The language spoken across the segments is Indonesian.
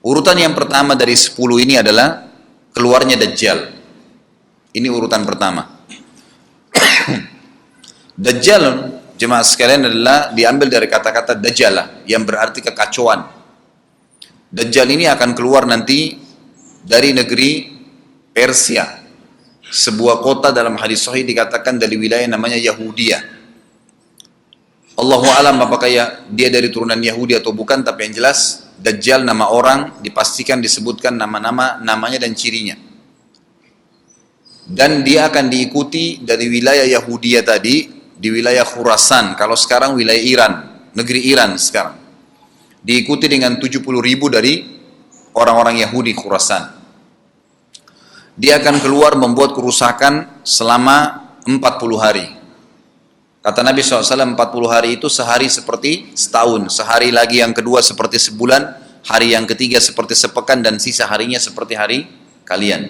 Urutan yang pertama dari 10 ini adalah keluarnya Dajjal. Ini urutan pertama. Dajjal, jemaah sekalian, adalah diambil dari kata-kata Dajjala yang berarti kekacauan. Dajjal ini akan keluar nanti dari negeri Persia. Sebuah kota dalam hadis sahih dikatakan dari wilayah namanya Yahudiyah. Allahu alam apakah dia dari turunan Yahudi atau bukan, tapi yang jelas Dajjal nama orang dipastikan disebutkan namanya dan cirinya. Dan dia akan diikuti dari wilayah Yahudiyah tadi, di wilayah Khurasan, kalau sekarang wilayah Iran, negeri Iran sekarang. Diikuti dengan 70.000 dari orang-orang Yahudi Khurasan. Dia akan keluar membuat kerusakan selama 40 hari. Kata Nabi SAW, 40 hari itu sehari seperti setahun, sehari lagi yang kedua seperti sebulan, hari yang ketiga seperti sepekan, dan sisa harinya seperti hari kalian.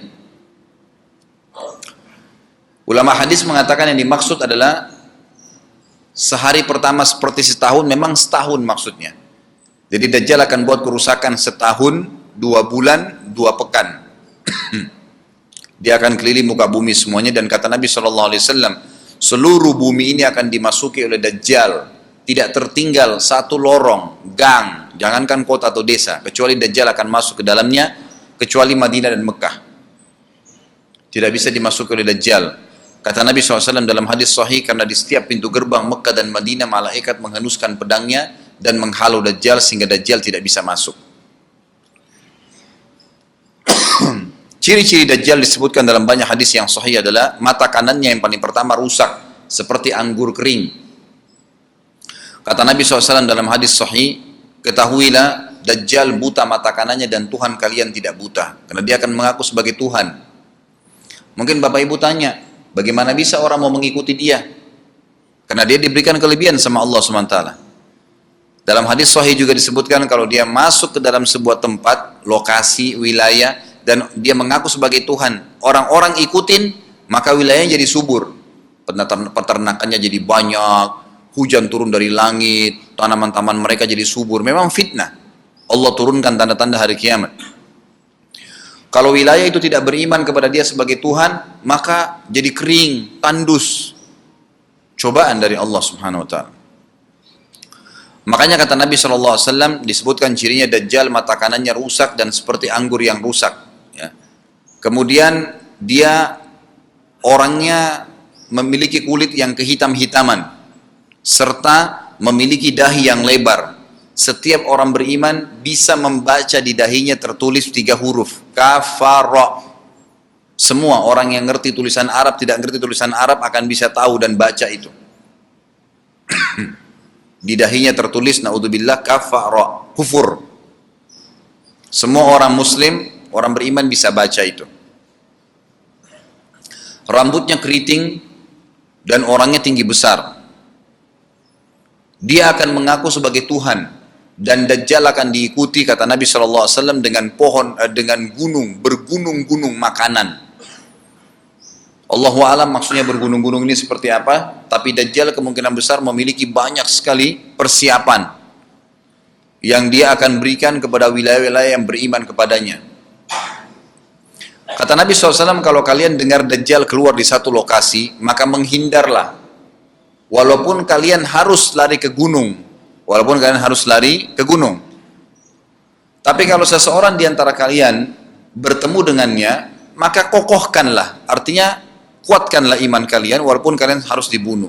Ulama hadis mengatakan yang dimaksud adalah sehari pertama seperti setahun, memang setahun maksudnya. Jadi Dajjal akan buat kerusakan setahun, 2 bulan, 2 pekan. Dia akan keliling muka bumi semuanya, dan kata Nabi SAW, seluruh bumi ini akan dimasuki oleh Dajjal. Tidak tertinggal satu lorong, gang, jangankan kota atau desa, kecuali Dajjal akan masuk ke dalamnya, kecuali Madinah dan Mekah. Tidak bisa dimasuki oleh Dajjal. Kata Nabi SAW dalam hadis sahih, karena di setiap pintu gerbang Mekah dan Madinah, malaikat menghenuskan pedangnya dan menghalau Dajjal sehingga Dajjal tidak bisa masuk. Ciri-ciri Dajjal disebutkan dalam banyak hadis yang sahih adalah mata kanannya yang paling pertama rusak seperti anggur kering. Kata Nabi SAW dalam hadis sahih, ketahuilah Dajjal buta mata kanannya dan Tuhan kalian tidak buta, karena dia akan mengaku sebagai Tuhan. Mungkin Bapak Ibu tanya, bagaimana bisa orang mau mengikuti dia? Karena dia diberikan kelebihan sama Allah SWT. Dalam hadis sahih juga disebutkan kalau dia masuk ke dalam sebuah tempat, lokasi, wilayah, dan dia mengaku sebagai Tuhan, orang-orang ikutin, maka wilayahnya jadi subur, peternakannya jadi banyak, hujan turun dari langit, tanaman-tanaman mereka jadi subur. Memang fitnah, Allah turunkan tanda-tanda hari kiamat. Kalau wilayah itu tidak beriman kepada dia sebagai Tuhan, maka jadi kering, tandus, cobaan dari Allah Subhanahu Wa Taala. Makanya kata Nabi SAW, disebutkan cirinya Dajjal mata kanannya rusak dan seperti anggur yang rusak. Ya. Kemudian dia orangnya memiliki kulit yang kehitam-hitaman serta memiliki dahi yang lebar. Setiap orang beriman bisa membaca di dahinya tertulis 3 huruf, kafara. Semua orang yang ngerti tulisan Arab, tidak ngerti tulisan Arab akan bisa tahu dan baca itu. Di dahinya tertulis naudzubillah kafara, kufur. Semua orang muslim, orang beriman bisa baca itu. Rambutnya keriting dan orangnya tinggi besar. Dia akan mengaku sebagai Tuhan dan Dajjal akan diikuti kata Nabi SAW dengan pohon, dengan gunung, bergunung-gunung makanan. Allahu a'lam maksudnya bergunung-gunung ini seperti apa, tapi Dajjal kemungkinan besar memiliki banyak sekali persiapan yang dia akan berikan kepada wilayah-wilayah yang beriman kepadanya. Kata Nabi SAW, kalau kalian dengar Dajjal keluar di satu lokasi, maka menghindarlah. Walaupun kalian harus lari ke gunung. Tapi kalau seseorang di antara kalian bertemu dengannya, maka kokohkanlah. Artinya, kuatkanlah iman kalian, walaupun kalian harus dibunuh.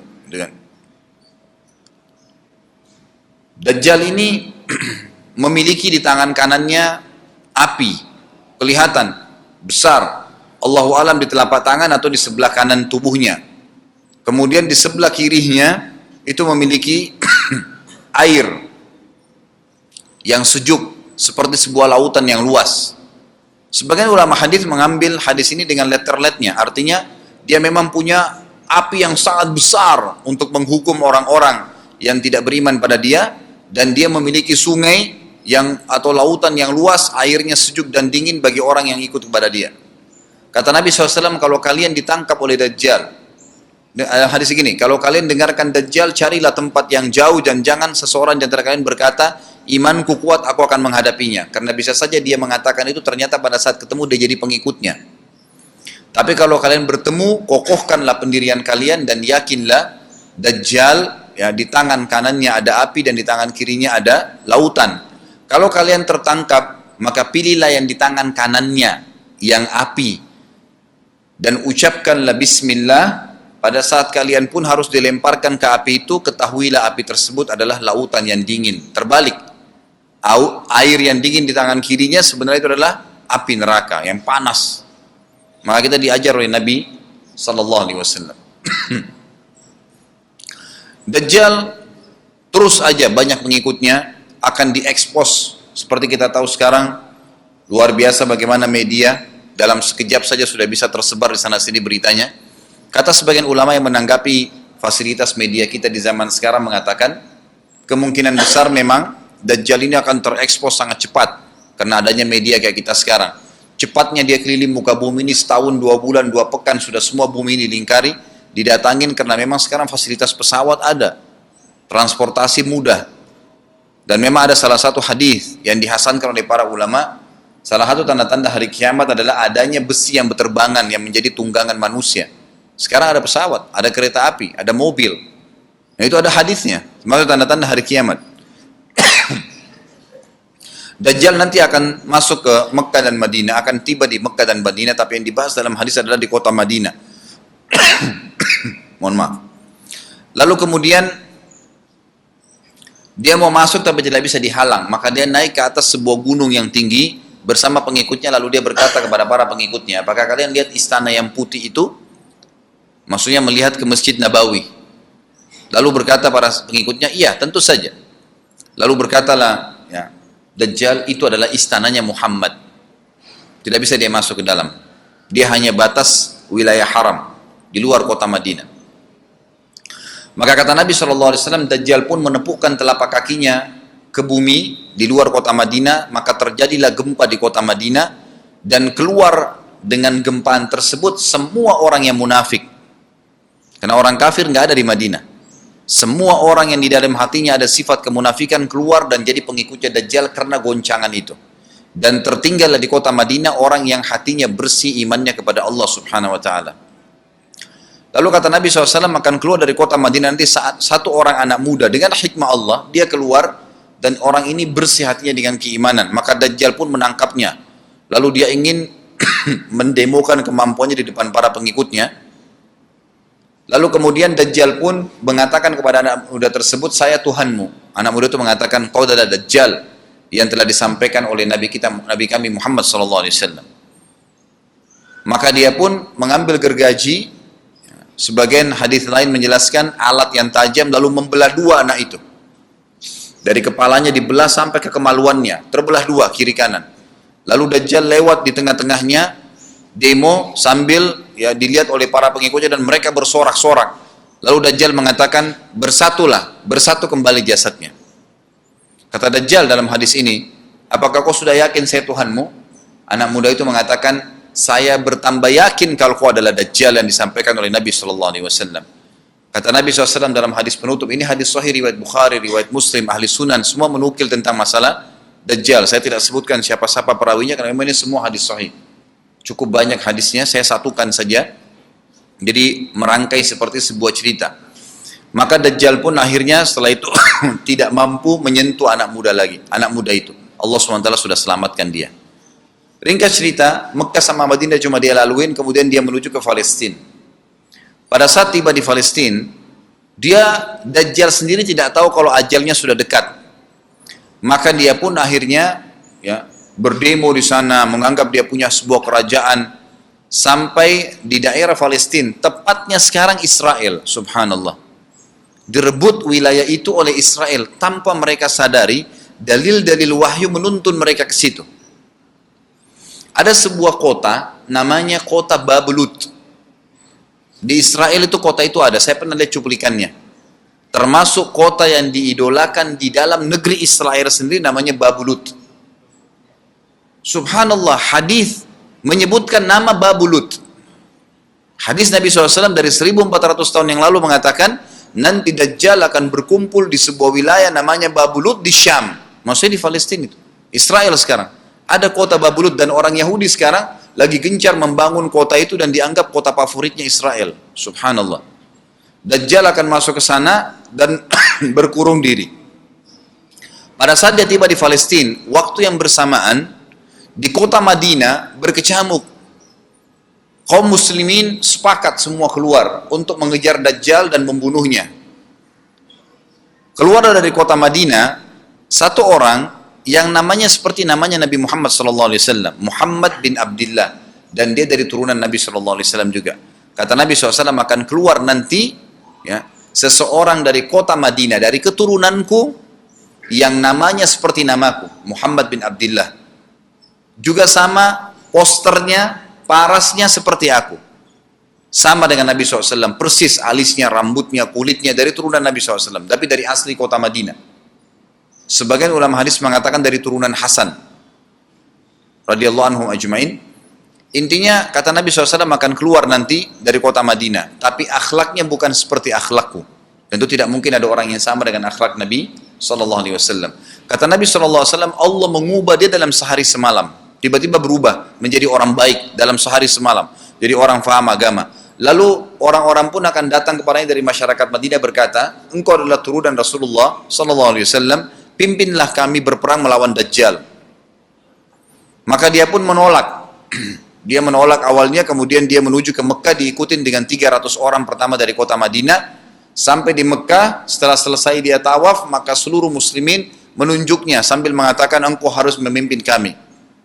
Dajjal ini memiliki di tangan kanannya api, kelihatan besar, Allahu alam di telapak tangan atau di sebelah kanan tubuhnya. Kemudian di sebelah kirinya itu memiliki air yang sejuk seperti sebuah lautan yang luas. Sebagian ulama hadis mengambil hadis ini dengan letter-letternya, artinya dia memang punya api yang sangat besar untuk menghukum orang-orang yang tidak beriman pada dia, dan dia memiliki sungai atau lautan yang luas, airnya sejuk dan dingin bagi orang yang ikut kepada dia. Kata Nabi SAW, kalau kalian ditangkap oleh Dajjal, Hadis begini, kalau kalian dengarkan Dajjal, carilah tempat yang jauh dan jangan seseorang di antara kalian berkata, imanku kuat, aku akan menghadapinya. Karena bisa saja dia mengatakan itu, ternyata pada saat ketemu dia jadi pengikutnya. Tapi kalau kalian bertemu, kokohkanlah pendirian kalian dan yakinlah Dajjal, ya, di tangan kanannya ada api dan di tangan kirinya ada lautan. Kalau kalian tertangkap, maka pilihlah yang di tangan kanannya, yang api. Dan ucapkanlah bismillah. Pada saat kalian pun harus dilemparkan ke api itu, ketahuilah api tersebut adalah lautan yang dingin. Terbalik, air yang dingin di tangan kirinya sebenarnya itu adalah api neraka yang panas. Maka kita diajar oleh Nabi SAW. Dajjal terus aja banyak pengikutnya, akan diekspos. Seperti kita tahu sekarang, luar biasa bagaimana media dalam sekejap saja sudah bisa tersebar di sana sini beritanya. Kata sebagian ulama yang menanggapi fasilitas media kita di zaman sekarang mengatakan, kemungkinan besar memang Dajjal ini akan terekspos sangat cepat karena adanya media kayak kita sekarang. Cepatnya dia keliling muka bumi ini setahun, 2 bulan, 2 pekan sudah semua bumi ini dilingkari, didatangin karena memang sekarang fasilitas pesawat ada, transportasi mudah. Dan memang ada salah satu hadis yang dihasankan oleh para ulama, salah satu tanda-tanda hari kiamat adalah adanya besi yang berterbangan yang menjadi tunggangan manusia. Sekarang ada pesawat, ada kereta api, ada mobil. Nah, itu ada hadisnya. Maksud tanda-tanda hari kiamat. Dajjal nanti akan masuk ke Mekah dan Madinah, akan tiba di Mekah dan Madinah, tapi yang dibahas dalam hadis adalah di kota Madinah. Mohon maaf. Lalu kemudian dia mau masuk tapi tidak bisa dihalang, maka dia naik ke atas sebuah gunung yang tinggi bersama pengikutnya, lalu dia berkata kepada para pengikutnya, apakah kalian lihat istana yang putih itu? Maksudnya melihat ke Masjid Nabawi. Lalu berkata para pengikutnya, iya tentu saja. Lalu berkatalah, ya, Dajjal itu adalah istananya Muhammad. Tidak bisa dia masuk ke dalam. Dia hanya batas wilayah haram di luar kota Madinah. Maka kata Nabi SAW, Dajjal pun menepukkan telapak kakinya ke bumi di luar kota Madinah, maka terjadilah gempa di kota Madinah, dan keluar dengan gempaan tersebut semua orang yang munafik. Karena orang kafir nggak ada di Madinah. Semua orang yang di dalam hatinya ada sifat kemunafikan keluar dan jadi pengikutnya Dajjal karena goncangan itu. Dan tertinggallah di kota Madinah orang yang hatinya bersih imannya kepada Allah Subhanahu Wa Taala. Lalu kata Nabi SAW akan keluar dari kota Madinah nanti saat satu orang anak muda dengan hikmah Allah, dia keluar dan orang ini bersih hatinya dengan keimanan. Maka Dajjal pun menangkapnya. Lalu dia ingin mendemokan kemampuannya di depan para pengikutnya. Lalu kemudian Dajjal pun mengatakan kepada anak muda tersebut, saya Tuhanmu. Anak muda itu mengatakan, kau adalah Dajjal yang telah disampaikan oleh Nabi kami Muhammad SAW. Maka dia pun mengambil gergaji, sebagian hadis lain menjelaskan alat yang tajam, lalu membelah dua anak itu. Dari kepalanya dibelah sampai ke kemaluannya, terbelah dua kiri kanan. Lalu Dajjal lewat di tengah-tengahnya, demo sambil ya dilihat oleh para pengikutnya dan mereka bersorak-sorak. Lalu Dajjal mengatakan, bersatulah, bersatu kembali jasadnya. Kata Dajjal dalam hadis ini, apakah kau sudah yakin saya Tuhanmu? Anak muda itu mengatakan, saya bertambah yakin kalau kau adalah Dajjal yang disampaikan oleh Nabi SAW. Kata Nabi SAW dalam hadis penutup, ini hadis sahih riwayat Bukhari, riwayat Muslim, ahli sunan, semua menukil tentang masalah Dajjal. Saya tidak sebutkan siapa-siapa perawinya karena memang ini semua hadis sahih. Cukup banyak hadisnya, saya satukan saja. Jadi merangkai seperti sebuah cerita. Maka Dajjal pun akhirnya setelah itu tidak mampu menyentuh anak muda lagi. Anak muda itu, Allah SWT sudah selamatkan dia. Ringkas cerita, Mekah sama Madinah cuma dia laluin, kemudian dia menuju ke Palestina. Pada saat tiba di Palestina, Dajjal sendiri tidak tahu kalau ajalnya sudah dekat. Maka dia pun akhirnya ya berdemo di sana, menganggap dia punya sebuah kerajaan sampai di daerah Palestina, tepatnya sekarang Israel, subhanallah. Direbut wilayah itu oleh Israel tanpa mereka sadari, dalil-dalil wahyu menuntun mereka ke situ. Ada sebuah kota namanya kota Babelut. Di Israel itu kota itu ada, saya pernah lihat cuplikannya. Termasuk kota yang diidolakan di dalam negeri Israel sendiri namanya Babelut. Subhanallah, hadis menyebutkan nama Babelut. Hadis Nabi SAW dari 1400 tahun yang lalu mengatakan, nanti Dajjal akan berkumpul di sebuah wilayah namanya Babulut di Syam. Maksudnya di Palestina itu. Israel sekarang. Ada kota Babulut dan orang Yahudi sekarang lagi gencar membangun kota itu dan dianggap kota favoritnya Israel. Subhanallah. Dajjal akan masuk ke sana dan berkurung diri. Pada saat dia tiba di Palestina, waktu yang bersamaan, di kota Madinah berkecamuk. Kaum muslimin sepakat semua keluar untuk mengejar Dajjal dan membunuhnya. Keluar dari kota Madinah, satu orang yang namanya seperti namanya Nabi Muhammad SAW, Muhammad bin Abdullah, dan dia dari turunan Nabi SAW juga. Kata Nabi SAW akan keluar nanti, ya, seseorang dari kota Madinah, dari keturunanku, yang namanya seperti namaku, Muhammad bin Abdullah. Juga sama posternya, parasnya seperti aku. Sama dengan Nabi SAW, persis alisnya, rambutnya, kulitnya, dari turunan Nabi SAW, tapi dari asli kota Madinah. Sebagian ulama hadis mengatakan dari turunan Hasan radhiyallahu anhum ajmain. Intinya kata Nabi SAW akan keluar nanti dari kota Madinah, tapi akhlaknya bukan seperti akhlakku. Tentu tidak mungkin ada orang yang sama dengan akhlak Nabi SAW. Kata Nabi SAW, Allah mengubah dia dalam sehari semalam. Tiba-tiba berubah menjadi orang baik dalam sehari semalam, jadi orang faham agama. Lalu orang-orang pun akan datang kepadanya dari masyarakat Madinah berkata, engkau adalah turunan Rasulullah SAW, pimpinlah kami berperang melawan Dajjal. Maka dia pun menolak. Dia menolak awalnya, kemudian dia menuju ke Mekah diikutin dengan 300 orang pertama dari kota Madinah. Sampai di Mekah, setelah selesai dia tawaf, maka seluruh muslimin menunjuknya sambil mengatakan, engkau harus memimpin kami.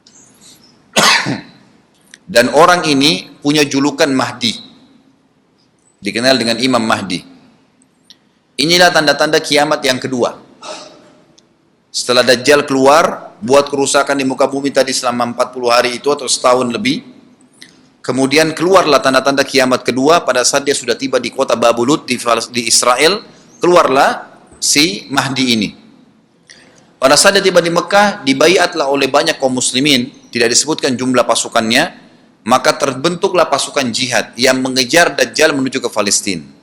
Dan orang ini punya julukan Mahdi, dikenal dengan Imam Mahdi. Inilah tanda-tanda kiamat yang kedua. Setelah Dajjal keluar, buat kerusakan di muka bumi tadi selama 40 hari itu atau setahun lebih. Kemudian keluarlah tanda-tanda kiamat kedua pada saat dia sudah tiba di kota Babulut di Israel. Keluarlah si Mahdi ini. Pada saat dia tiba di Mekah, dibaiatlah oleh banyak kaum muslimin, tidak disebutkan jumlah pasukannya, maka terbentuklah pasukan jihad yang mengejar Dajjal menuju ke Palestina.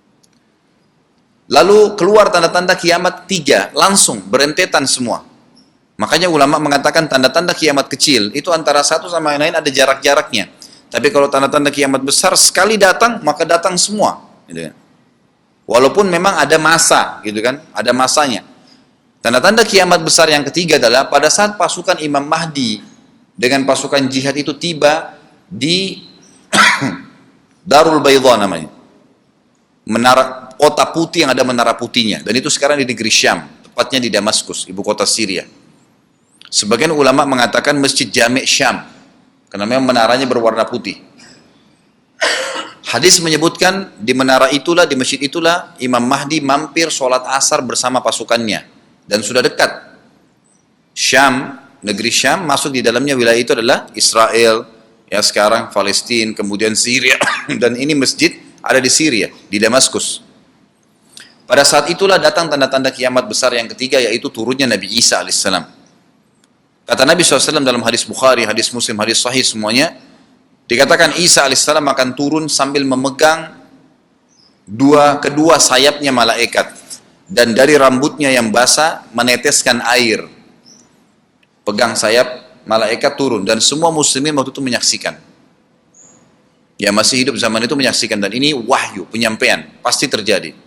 Lalu keluar tanda-tanda kiamat 3, langsung berentetan semua. Makanya ulama mengatakan tanda-tanda kiamat kecil itu antara satu sama yang lain ada jarak-jaraknya. Tapi kalau tanda-tanda kiamat besar sekali datang, maka datang semua. Gitu kan. Walaupun memang ada masa, gitu kan, ada masanya. Tanda-tanda kiamat besar yang ketiga adalah pada saat pasukan Imam Mahdi dengan pasukan jihad itu tiba di Darul Baydha namanya. Menara kota putih yang ada menara putihnya, dan itu sekarang di negeri Syam, tepatnya di Damaskus, ibu kota Syria. Sebagian ulama mengatakan Masjid Jami' Syam, karena memang menaranya berwarna putih. Hadis menyebutkan di menara itulah, di masjid itulah Imam Mahdi mampir sholat asar bersama pasukannya, dan sudah dekat. Syam, negeri Syam, masuk di dalamnya wilayah itu adalah Israel, ya sekarang Palestina, kemudian Syria, dan ini masjid ada di Syria, di Damaskus. Pada saat itulah datang tanda-tanda kiamat besar yang ketiga, yaitu turunnya Nabi Isa alaihissalam. Kata Nabi SAW dalam hadis Bukhari, hadis Muslim, hadis Sahih semuanya, dikatakan Isa alaihissalam akan turun sambil memegang kedua sayapnya malaikat, dan dari rambutnya yang basah meneteskan air. Pegang sayap malaikat turun, dan semua muslimin waktu itu menyaksikan. Ya masih hidup zaman itu menyaksikan, dan ini wahyu, penyampaian, pasti terjadi.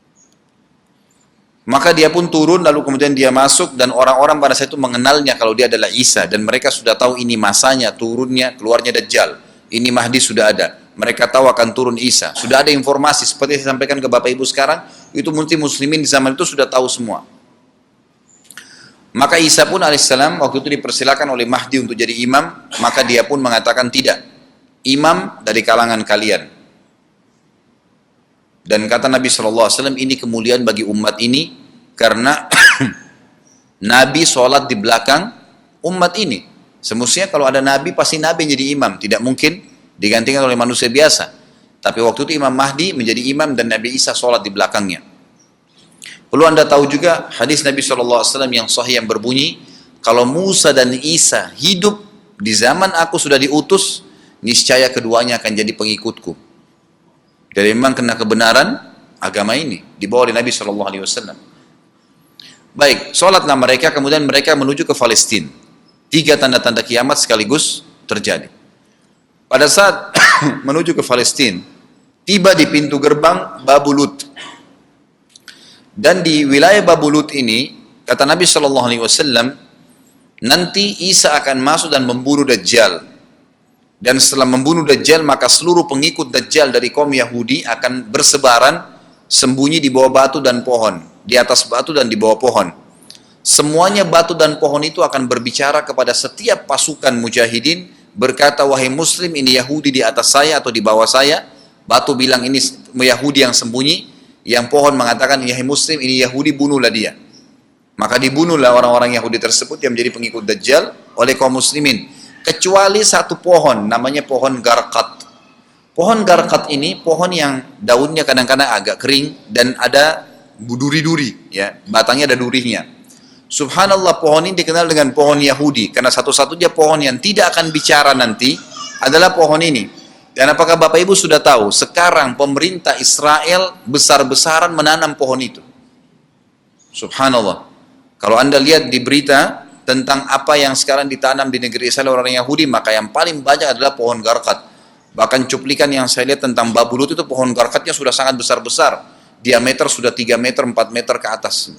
Maka dia pun turun, lalu kemudian dia masuk, dan orang-orang pada saat itu mengenalnya kalau dia adalah Isa, dan mereka sudah tahu ini masanya, turunnya, keluarnya Dajjal. Ini Mahdi sudah ada. Mereka tahu akan turun Isa. Sudah ada informasi, seperti saya sampaikan ke Bapak Ibu sekarang, itu mungkin muslimin di zaman itu sudah tahu semua. Maka Isa pun alaihissalam waktu itu dipersilakan oleh Mahdi untuk jadi imam, maka dia pun mengatakan tidak. Imam dari kalangan kalian. Dan kata Nabi SAW, ini kemuliaan bagi umat ini, karena Nabi sholat di belakang umat ini. Semestinya kalau ada Nabi, pasti Nabi yang jadi imam. Tidak mungkin digantikan oleh manusia biasa. Tapi waktu itu Imam Mahdi menjadi imam dan Nabi Isa sholat di belakangnya. Perlu anda tahu juga hadis Nabi SAW yang sahih yang berbunyi, kalau Musa dan Isa hidup di zaman aku sudah diutus, niscaya keduanya akan jadi pengikutku. Jadi memang kena kebenaran agama ini dibawa oleh Nabi Shallallahu Alaihi Wasallam. Baik, sholatlah mereka, kemudian mereka menuju ke Palestina. 3 tanda-tanda kiamat sekaligus terjadi. Pada saat menuju ke Palestina, tiba di pintu gerbang Babulut. Dan di wilayah Babulut ini, kata Nabi Shallallahu Alaihi Wasallam, nanti Isa akan masuk dan membunuh Dajjal. Dan setelah membunuh Dajjal, maka seluruh pengikut Dajjal dari kaum Yahudi akan bersebaran sembunyi di bawah batu dan pohon, di atas batu dan di bawah pohon. Semuanya batu dan pohon itu akan berbicara kepada setiap pasukan mujahidin, berkata, wahai muslim, ini Yahudi di atas saya atau di bawah saya. Batu bilang ini Yahudi yang sembunyi, yang pohon mengatakan, wahai muslim, ini Yahudi, bunuhlah dia. Maka dibunuhlah orang-orang Yahudi tersebut yang menjadi pengikut Dajjal oleh kaum muslimin. Kecuali satu pohon, namanya pohon Garqat. Pohon Garqat ini pohon yang daunnya kadang-kadang agak kering dan ada duri-duri, ya, batangnya ada durinya. Subhanallah, pohon ini dikenal dengan pohon Yahudi karena satu-satunya pohon yang tidak akan bicara nanti adalah pohon ini. Dan apakah Bapak Ibu sudah tahu sekarang pemerintah Israel besar-besaran menanam pohon itu? Subhanallah. Kalau Anda lihat di berita tentang apa yang sekarang ditanam di negeri Israel orang Yahudi, maka yang paling banyak adalah pohon Garqat. Bahkan cuplikan yang saya lihat tentang Babulut itu pohon Garqatnya sudah sangat besar-besar. Diameter sudah 3 meter, 4 meter ke atas.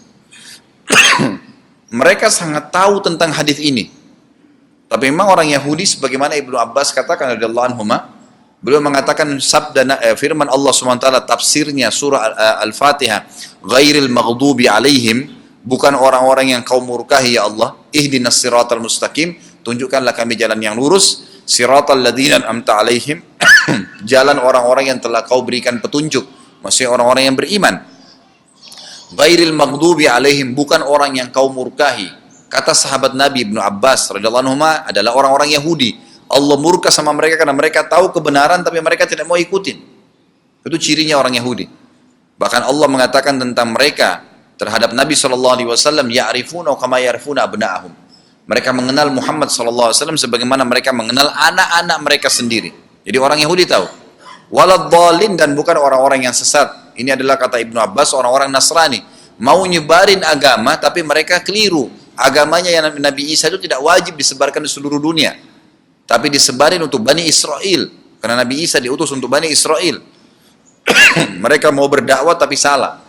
Mereka sangat tahu tentang hadis ini. Tapi memang orang Yahudi sebagaimana Ibnu Abbas katakan radhiyallahu anhuma, beliau mengatakan sabda firman Allah SWT tafsirnya surah Al-Fatihah, ghairil maghdubi alaihim, bukan orang-orang yang kau murkahi ya Allah, ihdinas siratal mustaqim, tunjukkanlah kami jalan yang lurus, siratal ladzina an'amta alaihim, jalan orang-orang yang telah kau berikan petunjuk, maksudnya orang-orang yang beriman. Ghairil maghdubi alaihim, bukan orang yang kau murkahi. Kata sahabat Nabi Ibnu Abbas radhiyallahu anhu adalah orang-orang Yahudi. Allah murka sama mereka karena mereka tahu kebenaran tapi mereka tidak mau ikutin. Itu cirinya orang Yahudi. Bahkan Allah mengatakan tentang mereka terhadap Nabi sallallahu alaihi wasallam, ya'rifuna kama ya'rifuna abna'ahum. Mereka mengenal Muhammad sallallahu alaihi wasallam sebagaimana mereka mengenal anak-anak mereka sendiri. Jadi orang Yahudi tahu. Waladhdallin, dan bukan orang-orang yang sesat. Ini adalah kata Ibnu Abbas, orang-orang Nasrani mau nyebarin agama tapi mereka keliru. Agamanya yang Nabi Isa itu tidak wajib disebarkan di seluruh dunia, tapi disebarin untuk Bani Israel karena Nabi Isa diutus untuk Bani Israel. Mereka mau berdakwah tapi salah.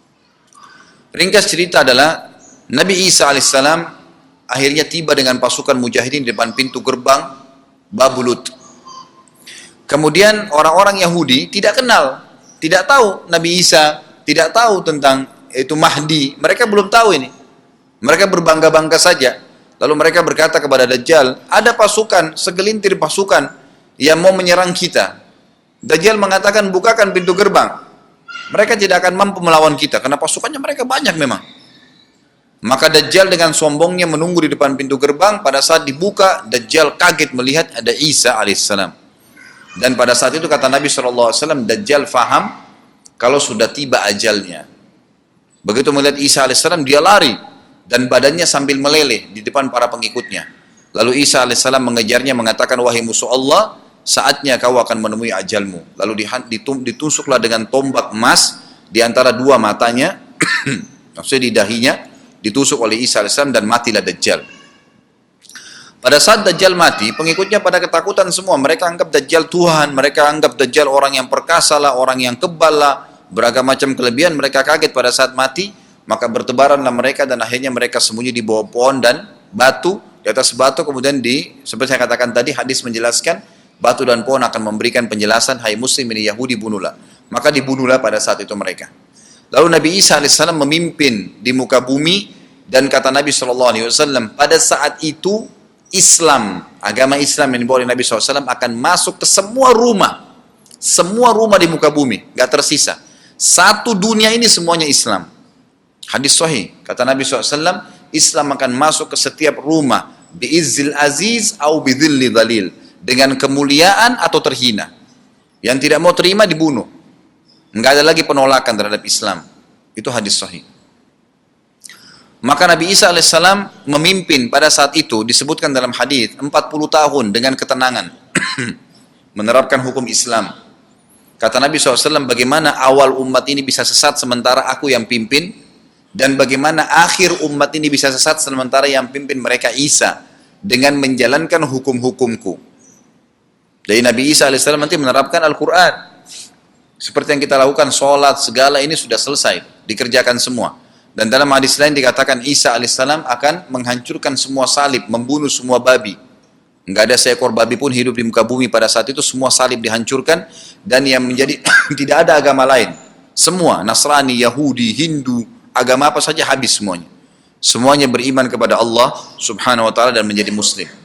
Ringkas cerita adalah Nabi Isa alaihissalam akhirnya tiba dengan pasukan mujahidin di depan pintu gerbang Babulut. Kemudian orang-orang Yahudi tidak kenal, tidak tahu Nabi Isa, tidak tahu tentang itu Mahdi. Mereka belum tahu ini. Mereka berbangga-bangga saja. Lalu mereka berkata kepada Dajjal, ada pasukan, segelintir pasukan yang mau menyerang kita. Dajjal mengatakan, bukakan pintu gerbang. Mereka tidak akan mampu melawan kita karena pasukannya mereka banyak memang. Maka Dajjal dengan sombongnya menunggu di depan pintu gerbang. Pada saat dibuka, Dajjal kaget melihat ada Isa alaihissalam. Dan pada saat itu kata Nabi SAW, Dajjal faham kalau sudah tiba ajalnya. Begitu melihat Isa alaihissalam, dia lari dan badannya sambil meleleh di depan para pengikutnya. Lalu Isa alaihissalam mengejarnya mengatakan, wahai musuh Allah, saatnya kau akan menemui ajalmu. Lalu ditusuklah dengan tombak emas di antara dua matanya, maksudnya di dahinya, ditusuk oleh Isa alaihissalam dan matilah Dajjal. Pada saat Dajjal mati, pengikutnya pada ketakutan semua. Mereka anggap Dajjal Tuhan, mereka anggap Dajjal orang yang perkasa lah, orang yang kebal lah, beragam macam kelebihan. Mereka kaget pada saat mati, maka bertebaranlah mereka dan akhirnya mereka sembunyi di bawah pohon dan batu. Di atas batu kemudian seperti saya katakan tadi, hadis menjelaskan, batu dan pohon akan memberikan penjelasan, hai muslim ini Yahudi, bunuhlah. Maka dibunuhlah pada saat itu mereka. Lalu Nabi Isa AS memimpin di muka bumi, dan kata Nabi SAW, pada saat itu Islam, agama Islam yang dibawa oleh Nabi SAW akan masuk ke semua rumah di muka bumi, gak tersisa. Satu dunia ini semuanya Islam. Hadis sahih, kata Nabi SAW, Islam akan masuk ke setiap rumah, bi'izzil aziz au bidzilli dhalil, dengan kemuliaan atau terhina. Yang tidak mau terima dibunuh. Nggak ada lagi penolakan terhadap Islam. Itu hadis sahih. Maka Nabi Isa alaihissalam memimpin pada saat itu, disebutkan dalam hadis 40 tahun dengan ketenangan menerapkan hukum Islam. Kata Nabi SAW, bagaimana awal umat ini bisa sesat sementara aku yang pimpin, dan bagaimana akhir umat ini bisa sesat sementara yang pimpin mereka Isa, dengan menjalankan hukum-hukumku. Jadi Nabi Isa AS nanti menerapkan Al-Quran. Seperti yang kita lakukan, sholat, segala ini sudah selesai, dikerjakan semua. Dan dalam hadis lain dikatakan Isa AS akan menghancurkan semua salib, membunuh semua babi. Enggak ada seekor babi pun hidup di muka bumi pada saat itu, semua salib dihancurkan. Dan yang menjadi, tidak ada agama lain. Semua, Nasrani, Yahudi, Hindu, agama apa saja habis semuanya. Semuanya beriman kepada Allah subhanahu wa ta'ala dan menjadi muslim.